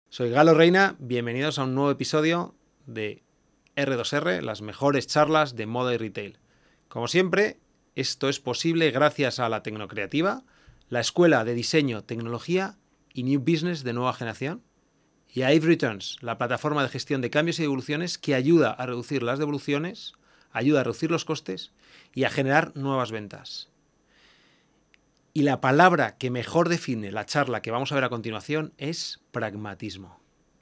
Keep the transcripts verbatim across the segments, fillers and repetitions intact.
Soy Galo Reina, bienvenidos a un nuevo episodio de erre dos erre, las mejores charlas de moda y retail. Como siempre, esto es posible gracias a la Tecnocreativa, la Escuela de Diseño, Tecnología y New Business de nueva generación, y a Eve Returns, la plataforma de gestión de cambios y devoluciones que ayuda a reducir las devoluciones, ayuda a reducir los costes y a generar nuevas ventas. Y la palabra que mejor define la charla que vamos a ver a continuación es pragmatismo.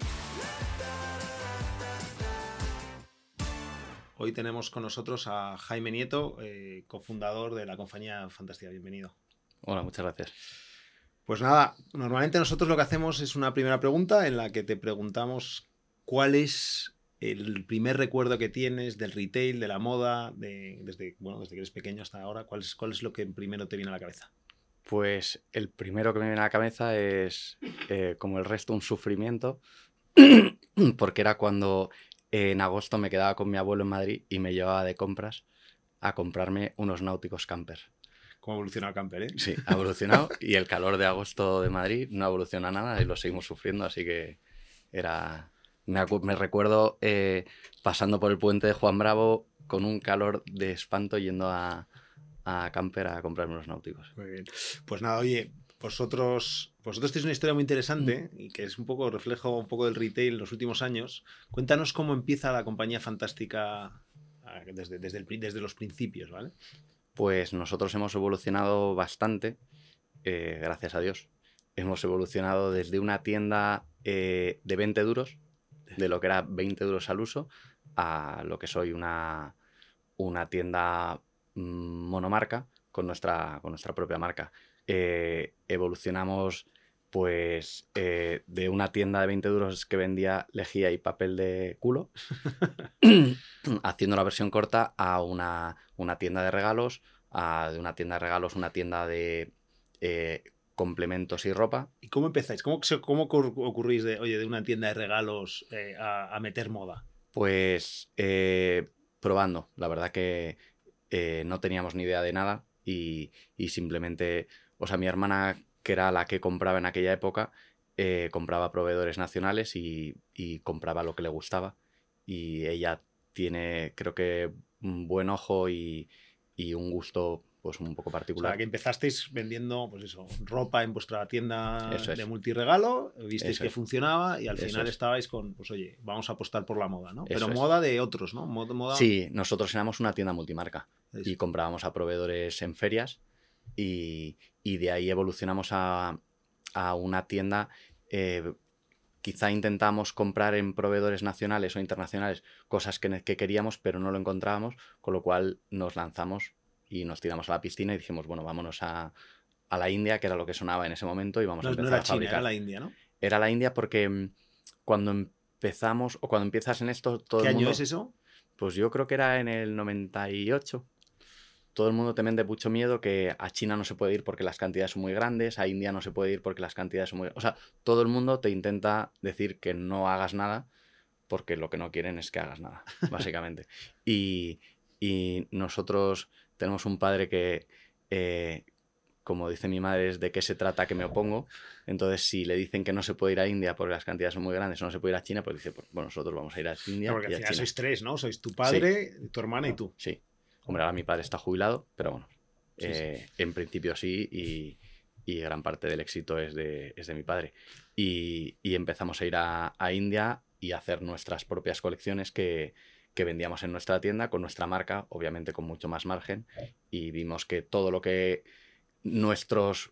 Hoy tenemos con nosotros a Jaime Nieto, eh, cofundador de la compañía Fantástica. Bienvenido. Hola, muchas gracias. Pues nada, normalmente nosotros lo que hacemos es una primera pregunta en la que te preguntamos cuál es el primer recuerdo que tienes del retail, de la moda, de, desde, bueno, desde que eres pequeño hasta ahora. ¿Cuál es, cuál es lo que primero te viene a la cabeza? Pues el primero que me viene a la cabeza es, eh, como el resto, un sufrimiento, porque era cuando eh, en agosto me quedaba con mi abuelo en Madrid y me llevaba de compras a comprarme unos náuticos camper. ¿Cómo evoluciona el camper, eh? Sí, ha evolucionado y el calor de agosto de Madrid no evoluciona nada y lo seguimos sufriendo, así que era... Me, acu- me recuerdo eh, pasando por el puente de Juan Bravo con un calor de espanto yendo a, a camper a comprarme unos náuticos. Muy bien. Pues nada, oye, vosotros, vosotros tenéis una historia muy interesante y que es un poco reflejo un poco del retail en los últimos años. Cuéntanos cómo empieza la compañía Fantástica ah, desde, desde, el, desde los principios, ¿vale? Pues nosotros hemos evolucionado bastante, eh, gracias a Dios. Hemos evolucionado desde una tienda eh, de veinte duros, de lo que era veinte duros al uso, a lo que soy una, una tienda mm, monomarca con nuestra, con nuestra propia marca. Eh, evolucionamos pues eh, de una tienda de veinte duros que vendía lejía y papel de culo, haciendo la versión corta, a una, una tienda de regalos, a de una tienda de regalos una tienda de eh, complementos y ropa. ¿Y cómo empezáis? ¿Cómo, cómo ocurrís de, oye, de una tienda de regalos eh, a, a meter moda? Pues eh, probando, la verdad que eh, no teníamos ni idea de nada y, y simplemente, o sea, mi hermana, que era la que compraba en aquella época, eh, compraba proveedores nacionales y, y compraba lo que le gustaba, y ella tiene, creo que, un buen ojo y, y un gusto pues un poco O sea, particular. que empezasteis vendiendo, pues eso, ropa en vuestra tienda Eso de es, multirregalo, visteis eso que es, funcionaba y al eso final es, estabais con, pues oye, vamos a apostar por la moda, ¿no? Pero eso es. moda de otros, ¿no? Moda, moda... Sí, nosotros éramos una tienda multimarca y Es... comprábamos a proveedores en ferias. Y, y de ahí evolucionamos a, a una tienda. Eh, quizá intentamos comprar en proveedores nacionales o internacionales cosas que, que queríamos, pero no lo encontrábamos, con lo cual nos lanzamos y nos tiramos a la piscina y dijimos, bueno, vámonos a, a la India, que era lo que sonaba en ese momento, y vamos a No, no empezar era a China, era fabricar. la India, ¿no? Era la India porque mm, cuando empezamos, o cuando empiezas en esto, todo ¿Qué el año es mundo, eso? pues yo creo que era en el noventa y ocho. Todo el mundo te vende mucho miedo que a China no se puede ir porque las cantidades son muy grandes, a India no se puede ir porque las cantidades son muy... O sea, todo el mundo te intenta decir que no hagas nada porque lo que no quieren es que hagas nada, básicamente. Y, y nosotros tenemos un padre que, eh, como dice mi madre, es de qué se trata que me opongo. Entonces, si le dicen que no se puede ir a India porque las cantidades son muy grandes o no se puede ir a China, pues dice, pues bueno, nosotros vamos a ir a No, India porque al y a final China. sois tres, ¿no? Sois tu Sí, padre, tu hermana y tú. sí. Hombre, ahora mi padre está jubilado, pero bueno, Sí, sí. eh, en principio sí, y, y gran parte del éxito es de, es de mi padre. Y, y empezamos a ir a, a India y a hacer nuestras propias colecciones que, que vendíamos en nuestra tienda con nuestra marca, obviamente con mucho más margen, y vimos que todo lo que nuestros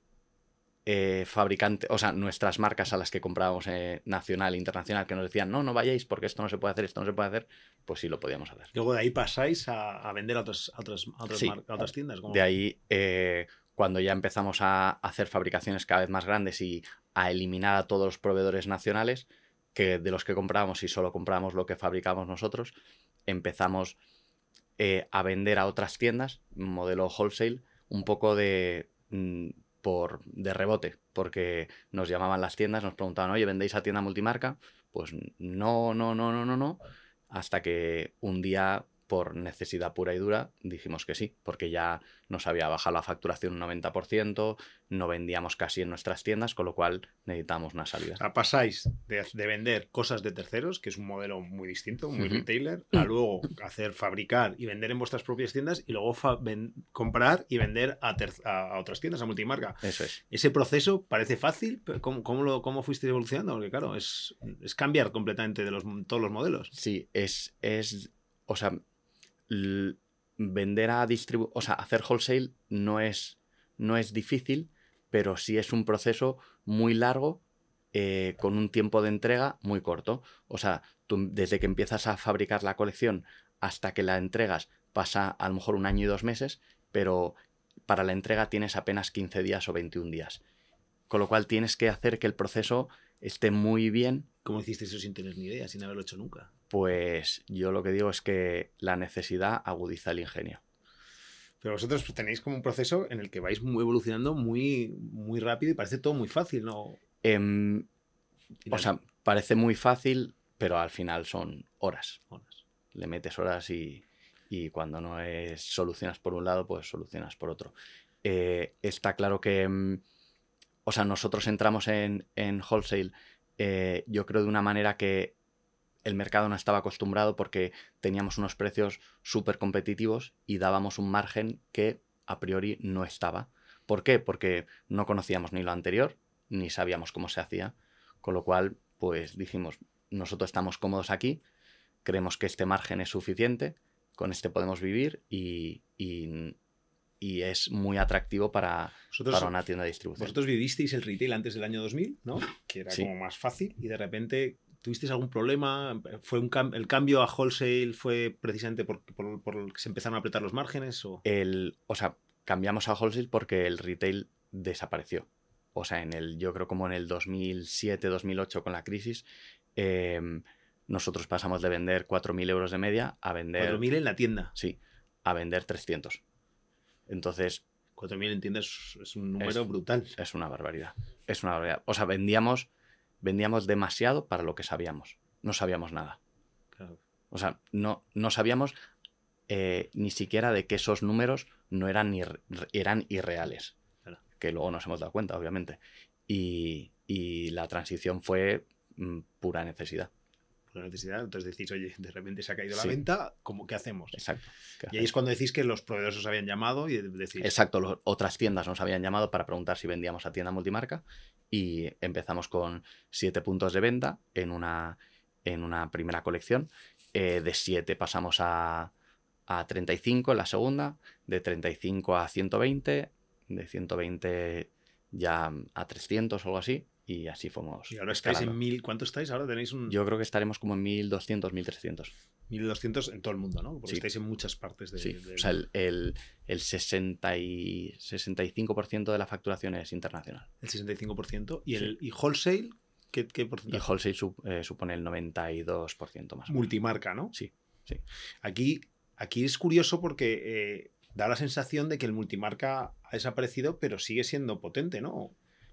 eh, fabricantes, o sea, nuestras marcas a las que comprábamos, eh, nacional e internacional, que nos decían, no, no vayáis porque esto no se puede hacer, esto no se puede hacer, pues sí lo podíamos hacer. Luego de ahí pasáis a, a vender a otras, a otras, a otras, Sí, mar- a otras tiendas. de ¿Cómo? ahí, eh, cuando ya empezamos a hacer fabricaciones cada vez más grandes y a eliminar a todos los proveedores nacionales, que de los que comprábamos y solo comprábamos lo que fabricamos nosotros, empezamos eh, a vender a otras tiendas, modelo wholesale, un poco de, mm, por, de rebote, porque nos llamaban las tiendas, nos preguntaban, oye, ¿vendéis a tienda multimarca? Pues no, no, no, no, no, no, hasta que un día por necesidad pura y dura, dijimos que sí, porque ya nos había bajado la facturación un noventa por ciento, no vendíamos casi en nuestras tiendas, con lo cual necesitamos una salida. O sea, pasáis de, de vender cosas de terceros, que es un modelo muy distinto, muy Ujú. retailer, a luego hacer, fabricar y vender en vuestras propias tiendas y luego fa- ven- comprar y vender a, ter- a, a otras tiendas, a multimarca. Eso es. Ese proceso parece fácil, pero ¿cómo, cómo, lo, cómo fuiste evolucionando? Porque claro, es, es cambiar completamente de los, todos los modelos. Sí, es, es o sea, l- vender a distribu... O sea, hacer wholesale no es, no es difícil, pero sí es un proceso muy largo eh, con un tiempo de entrega muy corto. O sea, tú desde que empiezas a fabricar la colección hasta que la entregas pasa a lo mejor un año y dos meses, pero para la entrega tienes apenas quince días o veintiún días. Con lo cual tienes que hacer que el proceso esté muy bien. ¿Cómo hiciste eso sin tener ni idea, sin haberlo hecho nunca? Pues yo lo que digo es que la necesidad agudiza el ingenio. Pero vosotros pues, tenéis como un proceso en el que vais muy evolucionando muy, muy rápido y parece todo muy fácil, ¿no? Em, Y o la- sea, parece muy fácil, pero al final son horas. horas. Le metes horas y, y cuando no es solucionas por un lado, pues solucionas por otro. Eh, está claro que, em, o sea, nosotros entramos en, en wholesale, eh, yo creo de una manera que el mercado no estaba acostumbrado porque teníamos unos precios súper competitivos y dábamos un margen que a priori no estaba. ¿Por qué? Porque no conocíamos ni lo anterior, ni sabíamos cómo se hacía, con lo cual, pues dijimos, nosotros estamos cómodos aquí, creemos que este margen es suficiente, con este podemos vivir y, y, y es muy atractivo para, Vosotros, para una tienda de distribución. vosotros vivisteis el retail antes del año dos mil, ¿no? Que era Sí. como más fácil y de repente tuvisteis algún problema. ¿Fue un cam- ¿El cambio a wholesale fue precisamente por, por, por que se empezaron a apretar los márgenes? O... El, o sea, cambiamos a wholesale porque el retail desapareció. O sea, en el, yo creo como en el dos mil siete, dos mil ocho con la crisis, eh, nosotros pasamos de vender cuatro mil euros de media a vender... cuatro mil en la tienda. Sí, a vender trescientos. Entonces... cuatro mil en tienda es, es un número es, brutal. Es una barbaridad. Es una barbaridad. O sea, vendíamos, vendíamos demasiado para lo que sabíamos. No sabíamos nada. Claro. O sea, no, no sabíamos eh, ni siquiera de que esos números no eran, ir, eran irreales. Claro. Que luego nos hemos dado cuenta, obviamente. Y, y la transición fue mm, pura necesidad. Por la necesidad. Entonces decís, oye, de repente se ha caído Sí. la venta, ¿cómo, ¿qué hacemos? Exacto. Y ahí es cuando decís que los proveedores os habían llamado y decís... Exacto. Los, otras tiendas nos habían llamado para preguntar si vendíamos a tienda multimarca y empezamos con siete puntos de venta en una, en una primera colección. Eh, de siete pasamos a, a treinta y cinco en la segunda, de treinta y cinco a ciento veinte, de ciento veinte ya a trescientos o algo así, y así fuimos. Y ahora estáis escalando. en mil... ¿Cuánto estáis ahora? Tenéis un... Yo creo que estaremos como en mil doscientos, mil trescientos. mil doscientos en todo el mundo, ¿no? Porque Sí. estáis en muchas partes de... Sí, de- o sea, el, el, el sesenta y, sesenta y cinco por ciento de la facturación es internacional. el sesenta y cinco por ciento. ¿Y, Sí. el, y wholesale? ¿Qué, qué Y porcentaje? wholesale sup- eh, supone el noventa y dos por ciento más o menos. Multimarca, ¿no? Sí, sí. Aquí, aquí es curioso porque eh, da la sensación de que el multimarca ha desaparecido, pero sigue siendo potente, ¿no?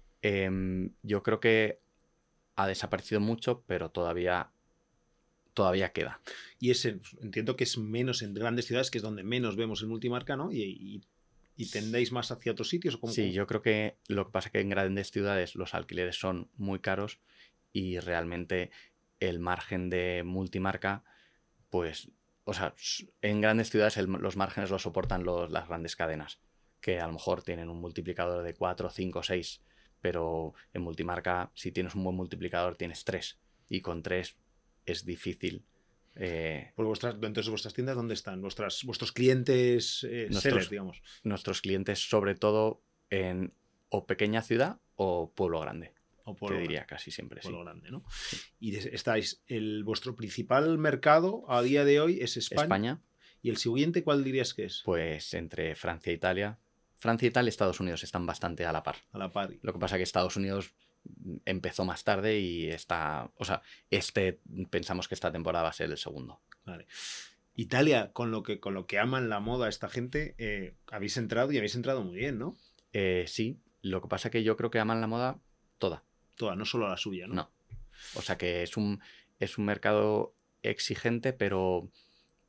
Em, yo creo que ha desaparecido mucho, pero todavía, todavía queda. Y ese, entiendo que es menos en grandes ciudades, que es donde menos vemos el multimarca, ¿no? Y, y, y tendéis más hacia otros sitios. ¿O cómo, Sí, cómo? yo creo que lo que pasa es que en grandes ciudades los alquileres son muy caros y realmente el margen de multimarca, pues, o sea, s- en grandes ciudades el- los márgenes los soportan los- las grandes cadenas, que a lo mejor tienen un multiplicador de cuatro, cinco, seis, pero en multimarca, si tienes un buen multiplicador, tienes tres, y con tres es difícil. eh, Porque vuestras, entonces, ¿vuestras tiendas dónde están? ¿Vuestras, vuestros clientes eh, Nuestros- sellers, digamos? nuestros clientes, sobre todo en o pequeña ciudad o pueblo grande, O te pueblo diría casi siempre, sí. pueblo grande, ¿no? Y des- estáis, el, vuestro principal mercado a día de hoy es España. España, ¿Y el siguiente cuál dirías que es? pues entre Francia e Italia. Francia, Italia y Estados Unidos están bastante a la par. A la par. Lo que pasa es que Estados Unidos mm, empezó más tarde y está, o sea, este pensamos que esta temporada va a ser el segundo. Vale. Italia, con lo que, con lo que aman la moda esta gente, eh, habéis entrado y habéis entrado muy bien, ¿no? Eh, sí, lo que pasa es que yo creo que aman la moda toda. Toda, no solo la suya, ¿no? No. O sea que es un, es un mercado exigente, pero,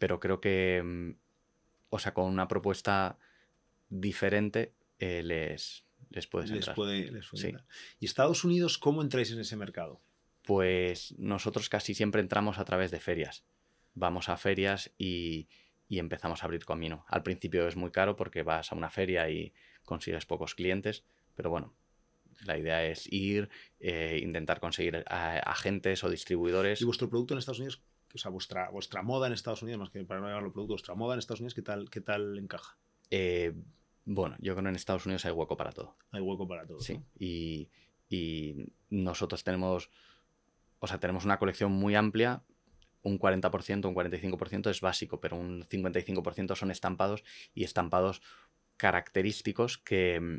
pero creo que, mm, o sea, con una propuesta diferente eh, les, les puedes Les entrar. puede, les puede Sí. entrar. ¿Y Estados Unidos cómo entráis en ese mercado? Pues nosotros casi siempre entramos a través de ferias. Vamos a ferias y, y empezamos a abrir camino. Al principio es muy caro porque vas a una feria y consigues pocos clientes, pero bueno, la idea es ir, eh, intentar conseguir a- agentes o distribuidores. ¿Y vuestro producto en Estados Unidos, o sea, vuestra, vuestra moda en Estados Unidos, más que para no llamarlo producto, vuestra moda en Estados Unidos, ¿qué tal, qué tal encaja? Eh, bueno, yo creo que en Estados Unidos hay hueco para todo. Hay hueco para todo. Sí, ¿no? y, y nosotros tenemos, o sea, tenemos una colección muy amplia. Un cuarenta por ciento, un cuarenta y cinco por ciento es básico, pero un cincuenta y cinco por ciento son estampados y estampados característicos que,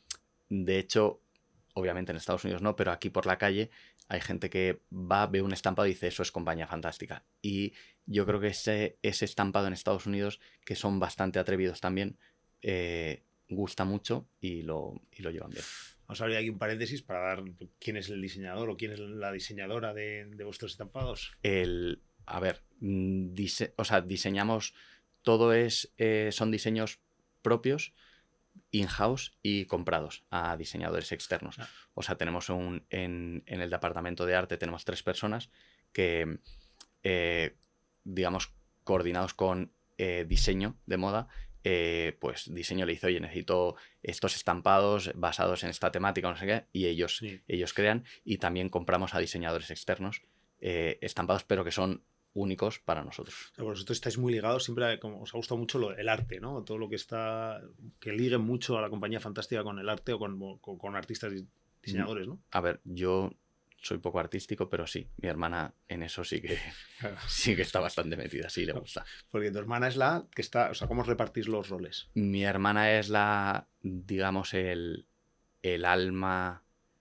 de hecho, obviamente en Estados Unidos no, pero aquí por la calle hay gente que va, ve un estampado y dice, eso es Compañía Fantástica. Y yo creo que ese, ese estampado en Estados Unidos, que son bastante atrevidos también, eh, gusta mucho y lo, y lo llevan bien. Vamos a abrir aquí un paréntesis para dar quién es el diseñador o quién es la diseñadora de, de vuestros estampados. El, a ver, mm, dise- o sea, diseñamos, todo es, eh, son diseños propios, in-house y comprados a diseñadores externos. Ah. O sea, tenemos un, en, en el departamento de arte tenemos tres personas que, eh, digamos, coordinados con eh, diseño de moda, eh, pues diseño le dice, oye, necesito estos estampados basados en esta temática, no sé qué, y ellos, Sí. ellos crean, y también compramos a diseñadores externos eh, estampados, pero que son únicos para nosotros. O sea, vosotros estáis muy ligados, siempre a- como os ha gustado mucho lo- el arte, ¿no? Todo lo que está, que ligue mucho a la Compañía Fantástica con el arte o con, con, con artistas y diseñadores, ¿no? A ver, yo soy poco artístico, pero sí, mi hermana en eso sí que, sí que está bastante metida, sí le gusta. Porque tu hermana es la que está, o sea, ¿cómo os repartís los roles? Mi hermana es la, digamos, el, el alma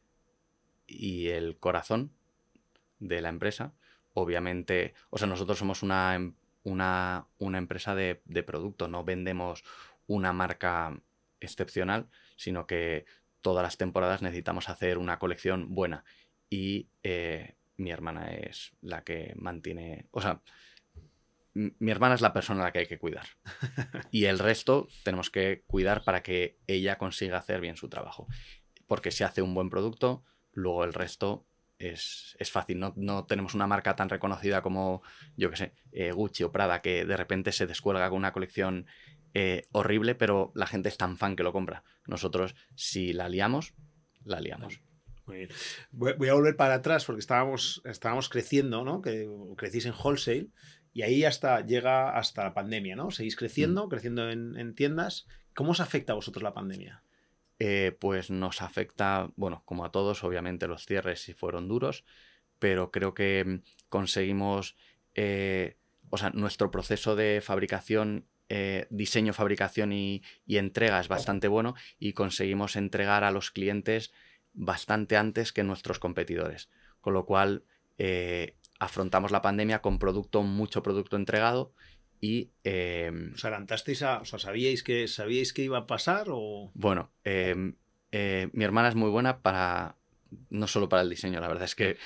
y el corazón de la empresa. Obviamente, o sea, nosotros somos una, em- una, una empresa de, de producto, no vendemos una marca excepcional, sino que todas las temporadas necesitamos hacer una colección buena. Y eh, mi hermana es la que mantiene, o sea, m- mi hermana es la persona a la que hay que cuidar. Y el resto tenemos que cuidar para que ella consiga hacer bien su trabajo. Porque si hace un buen producto, luego el resto es, es fácil. No, no tenemos una marca tan reconocida como, yo qué sé, eh, Gucci o Prada, que de repente se descuelga con una colección eh, horrible, pero la gente es tan fan que lo compra. Nosotros, si la liamos, la liamos. Muy bien. Voy, voy a volver para atrás porque estábamos, estábamos creciendo, ¿no? Que crecís en wholesale y ahí hasta llega hasta la pandemia, ¿no? Seguís creciendo, Mm. creciendo en, en tiendas. ¿Cómo os afecta a vosotros la pandemia? Eh, pues nos afecta, bueno, como a todos, obviamente los cierres sí fueron duros, pero creo que mm, conseguimos, eh, o sea, nuestro proceso de fabricación, eh, diseño, fabricación y, y entrega es bastante bueno y conseguimos entregar a los clientes bastante antes que nuestros competidores, con lo cual eh, afrontamos la pandemia con producto, mucho producto entregado y... Eh, ¿Os adelantasteis a, o sea, sabíais que, sabíais que iba a pasar o...? bueno, eh, eh, mi hermana es muy buena para, no solo para el diseño, la verdad es que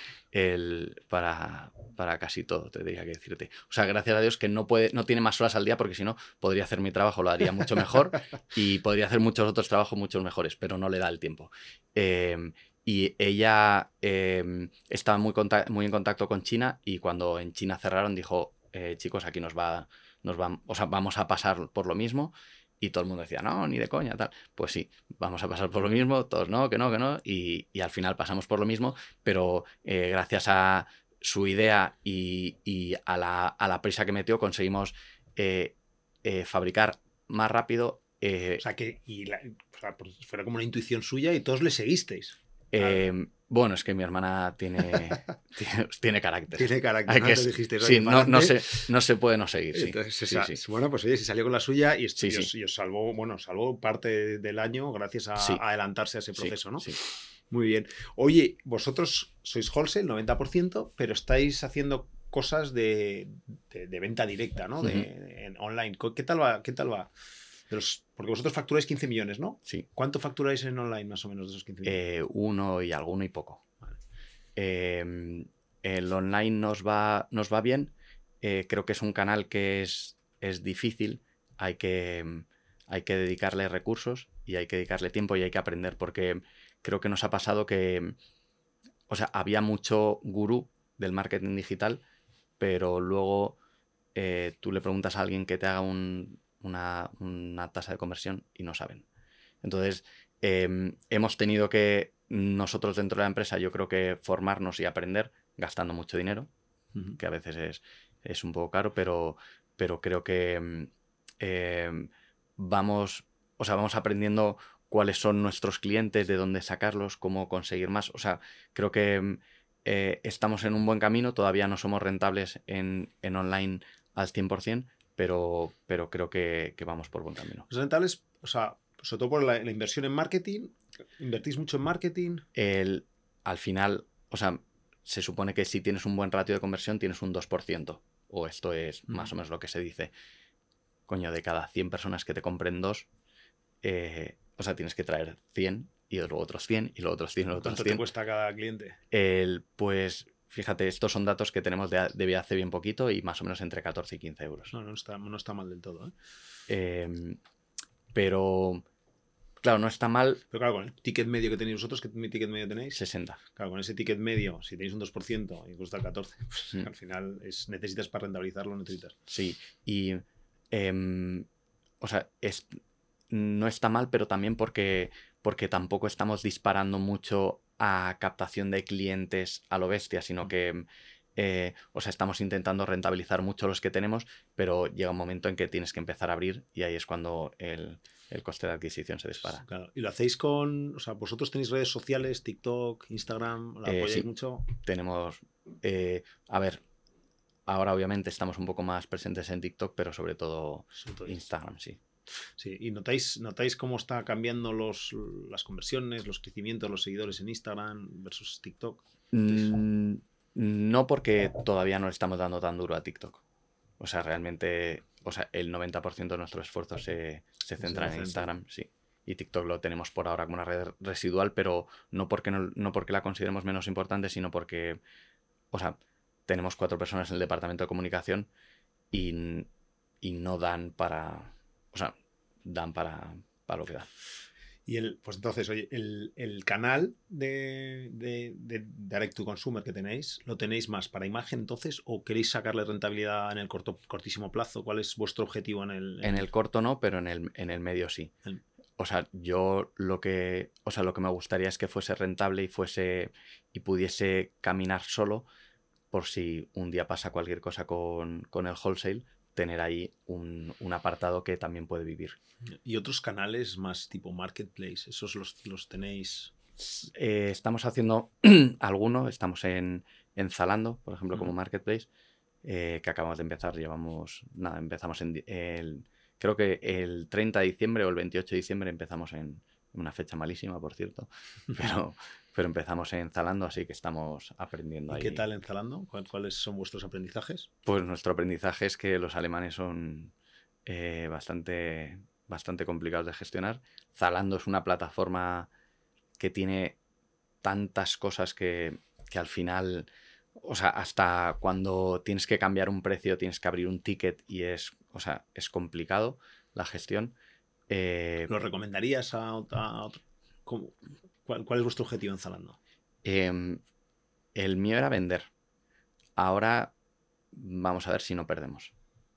el, para, para casi todo, te diría que decirte. O sea, gracias a Dios que no, puede, no tiene más horas al día porque si no, podría hacer mi trabajo, lo haría mucho mejor y podría hacer muchos otros trabajos mucho mejores, pero no le da el tiempo. Eh, y ella eh, estaba muy, contact- muy en contacto con China y cuando en China cerraron dijo, eh, chicos, aquí nos va, nos va, o sea, vamos a pasar por lo mismo. Y todo el mundo decía, no, ni de coña, tal. Pues sí, vamos a pasar por lo mismo, todos no, que no, que no. Y, y al final pasamos por lo mismo, pero eh, gracias a su idea y, y a, la, a la prisa que metió, conseguimos eh, eh, fabricar más rápido. Eh, O sea, que y la, o sea, pues fuera como una intuición suya y todos le seguisteis. eh, bueno, es que mi hermana tiene, tiene, tiene carácter. Tiene carácter, Hay ¿no? que, Entonces dijisteis, sí, oye, no, no, pa'lante. se, no se puede no seguir, sí. Entonces, Sí, esa- sí. bueno, pues oye, si salió con la suya y, est- Sí, y os, sí. y os salvó, bueno, salvó parte del año gracias a, Sí. a adelantarse a ese Sí, proceso, ¿no? sí. Muy bien. Oye, vosotros sois wholesale, noventa por ciento, pero estáis haciendo cosas de, de- de venta directa, ¿no? De, Ujú. en online. Co- ¿Qué tal va? ¿Qué tal va? De los- porque vosotros facturáis quince millones, ¿no? Sí. ¿Cuánto facturáis en online más o menos de esos quince millones? Eh, uno y alguno y poco. Eh, el online nos va, nos va bien eh, creo que es un canal que es, es difícil, hay que, hay que dedicarle recursos y hay que dedicarle tiempo y hay que aprender, porque creo que nos ha pasado que, o sea, había mucho gurú del marketing digital, pero luego eh, tú le preguntas a alguien que te haga un, una, una tasa de conversión y no saben. Entonces, eh, hemos tenido que, nosotros dentro de la empresa, yo creo que formarnos y aprender gastando mucho dinero, uh-huh. que a veces es, es un poco caro, pero, pero creo que eh, vamos, o sea, vamos aprendiendo cuáles son nuestros clientes, de dónde sacarlos, cómo conseguir más. O sea, creo que eh, estamos en un buen camino, todavía no somos rentables en, en online al cien por ciento, pero, pero creo que, que vamos por buen camino. ¿Los rentables, o sea, sobre todo por la, la inversión en marketing? ¿Invertís mucho en marketing? El, al final, o sea, se supone que si tienes un buen ratio de conversión tienes un dos por ciento, o esto es uh-huh. más o menos lo que se dice. Coño, de cada cien personas que te compren dos, eh, o sea, tienes que traer cien y luego otros cien y luego otros cien y luego otros ¿Cuánto cien. te cuesta cada cliente? El, pues, fíjate, estos son datos que tenemos de, de hace bien poquito y más o menos entre catorce y quince euros. No, no está, no está mal del todo, ¿eh? Eh, pero... Claro, no está mal. Pero claro, con el ticket medio que tenéis vosotros, ¿qué ticket medio tenéis? sesenta. Claro, con ese ticket medio, si tenéis un dos por ciento y cuesta el catorce por ciento, pues mm. al final es, necesitas para rentabilizarlo, necesitas. Sí, y eh, o sea, es, no está mal, pero también porque, porque tampoco estamos disparando mucho a captación de clientes a lo bestia, sino mm. que eh, o sea, estamos intentando rentabilizar mucho los que tenemos, pero llega un momento en que tienes que empezar a abrir y ahí es cuando el... el coste de adquisición se dispara. Claro. ¿Y lo hacéis con, o sea, vosotros tenéis redes sociales, TikTok, Instagram, la eh, apoyáis sí, mucho? Tenemos, eh, a ver, ahora obviamente estamos un poco más presentes en TikTok, pero sobre todo, sobre todo Instagram, sí. Sí, ¿y notáis, notáis cómo está cambiando los, las conversiones, los crecimientos, los seguidores en Instagram versus TikTok? Mm, no, porque todavía no le estamos dando tan duro a TikTok. O sea, realmente, o sea, el noventa por ciento de nuestro esfuerzo se, se centra en Instagram, sí. Y TikTok lo tenemos por ahora como una red residual, pero no porque, no, no porque la consideremos menos importante, sino porque, o sea, tenemos cuatro personas en el departamento de comunicación y, y no dan para, o sea, dan para, para lo que dan. Y el, pues entonces, oye, el, el canal de, de, de Direct to Consumer que tenéis, ¿lo tenéis más para imagen entonces o queréis sacarle rentabilidad en el corto, cortísimo plazo? ¿Cuál es vuestro objetivo en el...? En, en el corto no, pero en el, en el medio sí. El... O sea, yo lo que, o sea, lo que me gustaría es que fuese rentable y fuese y pudiese caminar solo por si un día pasa cualquier cosa con, con el wholesale, tener ahí un, un apartado que también puede vivir. ¿Y otros canales más tipo marketplace? ¿Esos los, los tenéis? Eh, estamos haciendo alguno, estamos en, en Zalando, por ejemplo, uh-huh. como marketplace, eh, que acabamos de empezar, llevamos, nada, empezamos en el, creo que el treinta de diciembre o el veintiocho de diciembre empezamos en una fecha malísima, por cierto, pero, pero empezamos en Zalando, así que estamos aprendiendo ¿Y ahí. qué tal en Zalando? ¿Cuáles son vuestros aprendizajes? Pues nuestro aprendizaje es que los alemanes son eh, bastante, bastante complicados de gestionar. Zalando es una plataforma que tiene tantas cosas que, que al final, o sea, hasta cuando tienes que cambiar un precio, tienes que abrir un ticket y es, o sea, es complicado la gestión. Eh, ¿Lo recomendarías a, a otro? ¿Cuál, ¿Cuál es vuestro objetivo en Zalando? Eh, el mío era vender. Ahora vamos a ver si no perdemos.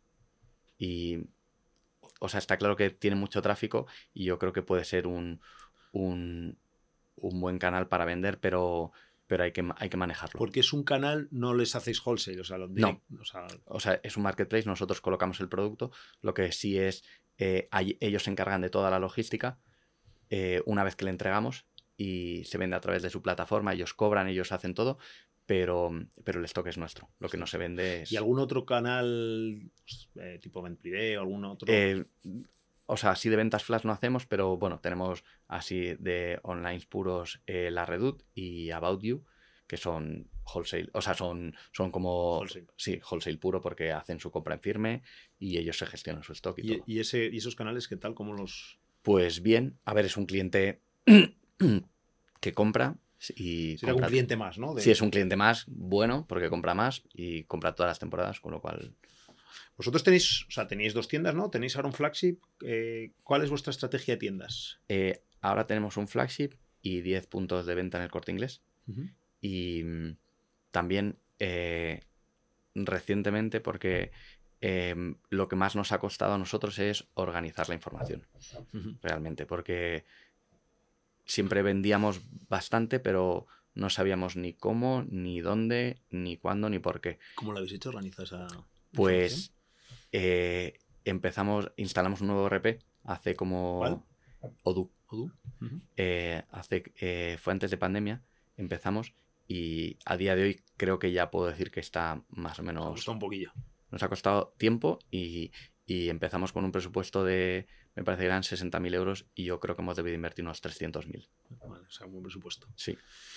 Y, o sea, está claro que tiene mucho tráfico y yo creo que puede ser un, un, un buen canal para vender, pero, pero hay que, hay que manejarlo. Porque es un canal, no les hacéis wholesale, o sea, lo direct, no, o sea... o sea, es un marketplace, nosotros colocamos el producto, lo que sí es, eh, hay, ellos se encargan de toda la logística eh, una vez que le entregamos y se vende a través de su plataforma, ellos cobran, ellos hacen todo, pero, pero el stock es nuestro, lo que no se vende es... ¿Y algún otro canal eh, tipo Vent Privé o algún otro? Eh, o sea, así de ventas flash no hacemos, pero bueno, tenemos así de online puros eh, La Redoute y About You, que son wholesale, o sea, son, son como... Wholesale. Sí, wholesale puro porque hacen su compra en firme y ellos se gestionan su stock y, ¿Y, todo. ¿Y, ese, ¿Y esos canales qué tal? ¿Cómo los...? Pues bien, a ver, es un cliente que compra, Y Sería compra... un cliente más, ¿no? De... Sí, es un cliente más bueno porque compra más y compra todas las temporadas, con lo cual... Vosotros tenéis, o sea, tenéis dos tiendas, ¿no? Tenéis ahora un flagship. Eh, ¿Cuál es vuestra estrategia de tiendas? Eh, ahora tenemos un flagship y diez puntos de venta en el Corte Inglés. Uh-huh. Y mm, también eh, recientemente, porque eh, lo que más nos ha costado a nosotros es organizar la información, uh-huh. realmente, porque siempre vendíamos bastante, pero no sabíamos ni cómo, ni dónde, ni cuándo, ni por qué. ¿Cómo lo habéis hecho? ¿Organizar esa Pues eh, empezamos, instalamos un nuevo E R P hace como... ¿Cuál? Odoo. Odoo. Uh-huh. Eh, hace, eh, fue antes de pandemia, empezamos y a día de hoy creo que ya puedo decir que está más o menos... Nos ha costado un poquillo. Nos ha costado tiempo y, y empezamos con un presupuesto de, me parece que eran sesenta mil euros y yo creo que hemos debido invertir unos trescientos mil. Vale, o sea, un buen presupuesto. Sí.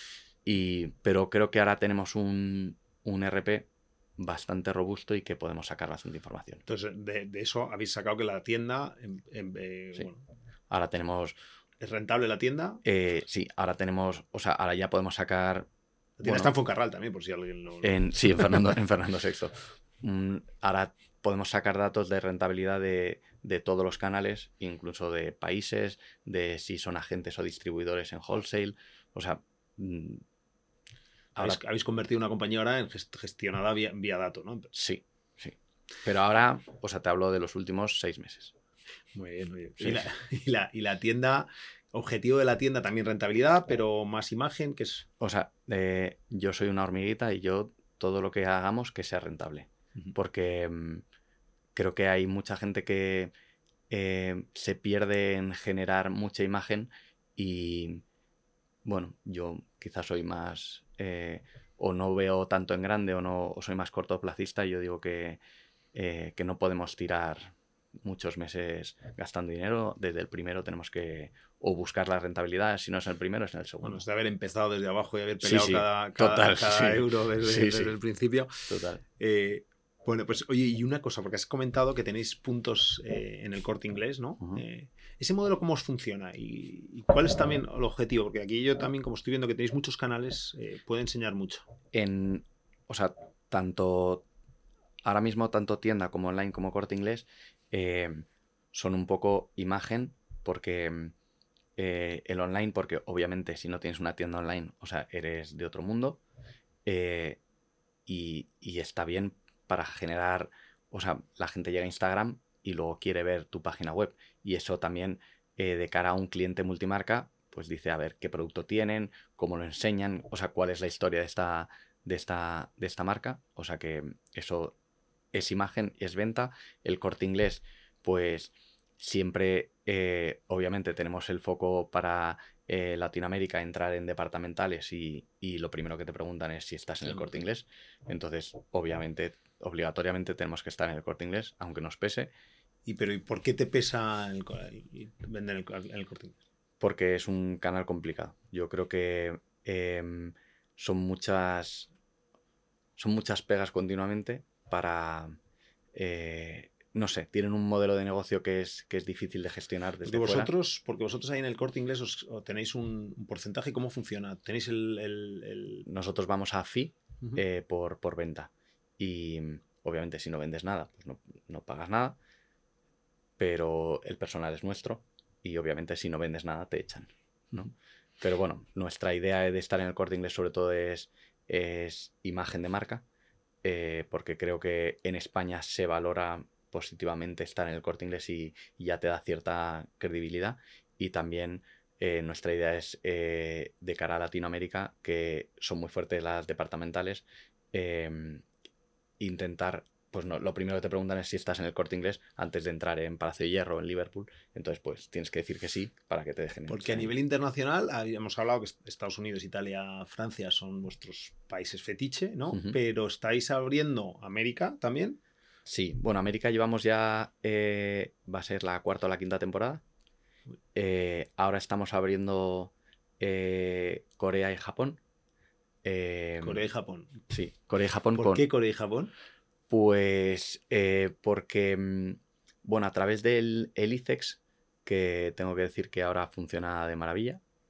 Y, pero creo que ahora tenemos un, un E R P bastante robusto y que podemos sacar bastante información. Entonces, de, de eso habéis sacado que la tienda... En, en, eh, sí. bueno, ahora tenemos... ¿Es rentable la tienda? Eh, sí, ahora tenemos... O sea, ahora ya podemos sacar... La tienda bueno, está en Foncarral también, por si alguien lo... En, sí, en Fernando, en Fernando sexto. Mm, ahora podemos sacar datos de rentabilidad de, de todos los canales, incluso de países, de si son agentes o distribuidores en wholesale. O sea... Mm, Ahora... ¿Habéis, habéis convertido una compañía ahora en gestionada vía, vía dato, ¿no? Sí, sí. Pero ahora, o sea, te hablo de los últimos seis meses. Muy bien, muy bien. Sí. Y, la, y, la, y la tienda, objetivo de la tienda también rentabilidad, pero más imagen, que es... O sea, eh, yo soy una hormiguita y yo todo lo que hagamos que sea rentable. Uh-huh. Porque mmm, creo que hay mucha gente que eh, se pierde en generar mucha imagen y, bueno, yo quizás soy más... Eh, o no veo tanto en grande o no o soy más cortoplacista y yo digo que, eh, que no podemos tirar muchos meses gastando dinero. Desde el primero tenemos que o buscar la rentabilidad, si no es en el primero es en el segundo. Bueno, es de haber empezado desde abajo y haber peleado sí, sí. cada, cada, Total, cada sí. euro desde, sí, desde sí. el principio. Total. Eh, bueno, pues oye, y una cosa, porque has comentado que tenéis puntos eh, en el Corte Inglés, ¿no? Uh-huh. Eh, ¿Ese modelo cómo os funciona? ¿Y, y cuál es también el objetivo? Porque aquí yo también, como estoy viendo que tenéis muchos canales, eh, puede enseñar mucho. En, o sea, tanto ahora mismo, tanto tienda como online como Corte Inglés eh, son un poco imagen, porque eh, el online, porque obviamente si no tienes una tienda online, o sea, eres de otro mundo, eh, y, y está bien para generar, o sea, la gente llega a Instagram y luego quiere ver tu página web, y eso también eh, de cara a un cliente multimarca, pues dice a ver qué producto tienen, cómo lo enseñan, o sea, cuál es la historia de esta, de esta, de esta marca, o sea que eso es imagen, es venta. El Corte Inglés, pues siempre, eh, obviamente tenemos el foco para eh, Latinoamérica, entrar en departamentales y, y lo primero que te preguntan es si estás en el Corte Inglés. Entonces, obviamente, obligatoriamente tenemos que estar en el Corte Inglés, aunque nos pese. ¿Y pero ¿y por qué te pesa el, el, vender el, el Corte Inglés? Porque es un canal complicado. Yo creo que eh, son muchas son muchas pegas continuamente para... Eh, no sé, tienen un modelo de negocio que es, que es difícil de gestionar desde porque vosotros, fuera. Porque vosotros ahí en el Corte Inglés os, os tenéis un, un porcentaje, ¿cómo funciona? ¿Tenéis el...? el, el... Nosotros vamos a fee uh-huh. eh, por, por venta. Y obviamente si no vendes nada, pues no, no pagas nada. Pero el personal es nuestro y obviamente si no vendes nada te echan, ¿no? Pero bueno, nuestra idea de estar en el Corte Inglés sobre todo es, es imagen de marca, eh, porque creo que en España se valora positivamente estar en el Corte Inglés y, y ya te da cierta credibilidad. Y también eh, nuestra idea es eh, de cara a Latinoamérica, que son muy fuertes las departamentales, eh, intentar... Pues no, lo primero que te preguntan es si estás en el Corte Inglés antes de entrar en Palacio de Hierro o en Liverpool. Entonces, pues tienes que decir que sí para que te dejen. Porque a nivel internacional, habíamos hablado que Estados Unidos, Italia, Francia son vuestros países fetiche, ¿no? Uh-huh. Pero ¿estáis abriendo América también? Sí, bueno, América llevamos ya, eh, va a ser la cuarta o la quinta temporada. Eh, ahora estamos abriendo eh, Corea y Japón. Eh, Corea y Japón. Sí, Corea y Japón. ¿Por con... qué Corea y Japón? Pues eh, porque, bueno, a través del el I C E X, que tengo que decir que ahora funciona de maravilla,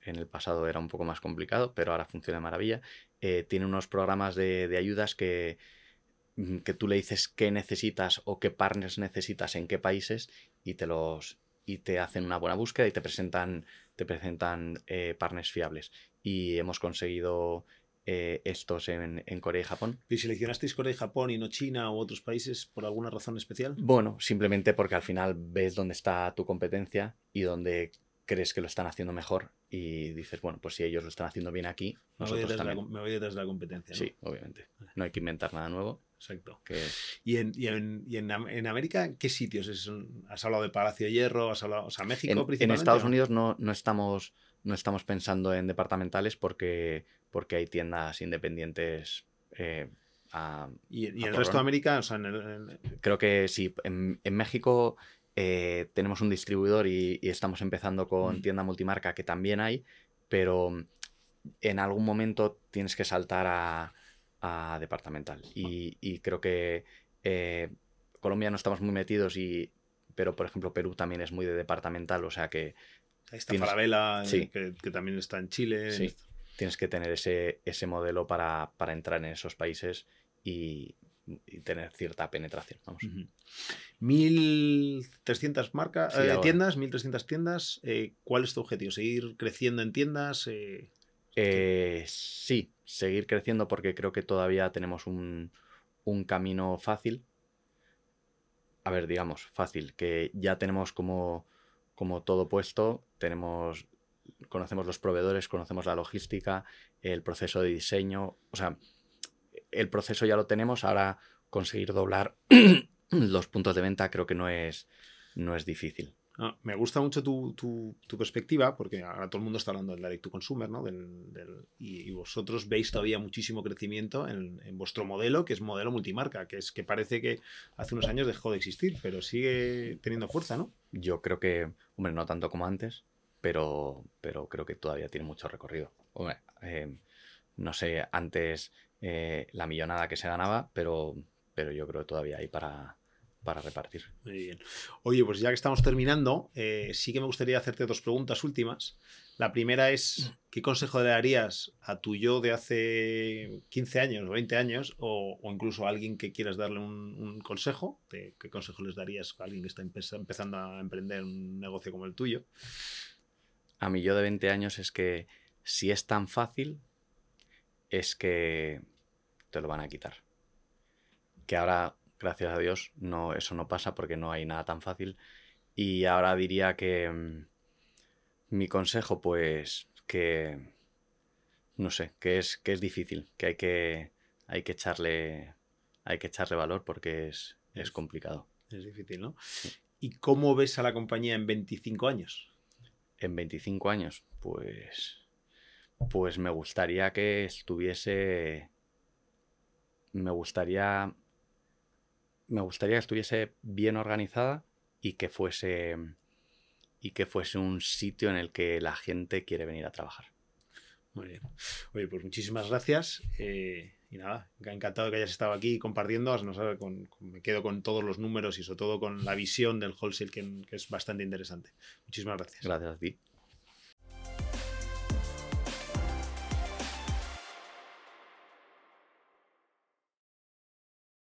en el pasado era un poco más complicado, pero ahora funciona de maravilla. Eh, tiene unos programas de, de ayudas que, que tú le dices qué necesitas o qué partners necesitas en qué países y te los y te hacen una buena búsqueda y te presentan, te presentan eh, partners fiables. Y hemos conseguido eh, estos en, en Corea y Japón. ¿Y seleccionasteis Corea y Japón y no China u otros países por alguna razón especial? Bueno, simplemente porque al final ves dónde está tu competencia y dónde crees que lo están haciendo mejor y dices, bueno, pues si ellos lo están haciendo bien aquí, Me voy nosotros detrás de la, también. me voy detrás de la competencia, ¿no? Sí, obviamente. No hay que inventar nada nuevo. Exacto. Que... ¿Y, en, y, en, y en, en América qué sitios? Es un, ¿has hablado de Palacio de Hierro? ¿Has hablado, o sea, México En, principalmente? en Estados ¿no? Unidos no, no, estamos, no estamos pensando en departamentales porque, porque hay tiendas independientes eh, a, ¿Y, y a el resto de América? O sea, en el, en... Creo que sí. En, en México eh, tenemos un distribuidor y, y estamos empezando con mm. tienda multimarca que también hay, pero en algún momento tienes que saltar a, a departamental. Y, y creo que eh, Colombia no estamos muy metidos, y, pero por ejemplo Perú también es muy de departamental, o sea que... Ahí está tienes... Falabella, sí. que, que también está en Chile. Sí, en... tienes que tener ese, ese modelo para, para entrar en esos países y, y tener cierta penetración. Vamos. Uh-huh. mil trescientas marcas, sí, eh, tiendas, mil trescientas tiendas. Eh, ¿Cuál es tu objetivo? ¿Seguir creciendo en tiendas? Eh... Eh, sí, seguir creciendo porque creo que todavía tenemos un, un camino fácil. A ver, digamos, fácil, que ya tenemos como, como todo puesto, tenemos, conocemos los proveedores, conocemos la logística, el proceso de diseño, o sea, el proceso ya lo tenemos, ahora conseguir doblar los puntos de venta creo que no es, no es difícil. Ah, me gusta mucho tu, tu, tu perspectiva, porque ahora todo el mundo está hablando del direct to consumer, ¿no? Del, del, y, y vosotros veis todavía muchísimo crecimiento en, en vuestro modelo, que es modelo multimarca, que es que parece que hace unos años dejó de existir, pero sigue teniendo fuerza, ¿no? Yo creo que, hombre, no tanto como antes, pero, pero creo que todavía tiene mucho recorrido. Hombre, eh, no sé antes eh, la millonada que se ganaba, pero, pero yo creo que todavía hay para... para repartir. Muy bien. Oye, pues ya que estamos terminando, eh, sí que me gustaría hacerte dos preguntas últimas. La primera es, ¿qué consejo le darías a tu yo de hace quince años o veinte años, o, o incluso a alguien que quieras darle un, un consejo? ¿Qué consejo les darías a alguien que está empezando a emprender un negocio como el tuyo? A mi yo de veinte años es que si es tan fácil, es que te lo van a quitar. Que ahora... gracias a Dios, no, eso no pasa porque no hay nada tan fácil. Y ahora diría que mmm, mi consejo, pues, que no sé, que es, que es difícil, que hay que, hay que echarle, hay que echarle valor porque es, es, es complicado. Es difícil, ¿no? Sí. ¿Y cómo ves a la compañía en veinticinco años? En veinticinco años, pues, pues me gustaría que estuviese, me gustaría Me gustaría que estuviese bien organizada y que fuese y que fuese un sitio en el que la gente quiere venir a trabajar. Muy bien. Oye, pues muchísimas gracias. Eh, y nada, encantado que hayas estado aquí compartiendo. No sé, con, con, me quedo con todos los números y sobre todo con la visión del wholesale, que, que es bastante interesante. Muchísimas gracias. Gracias a ti.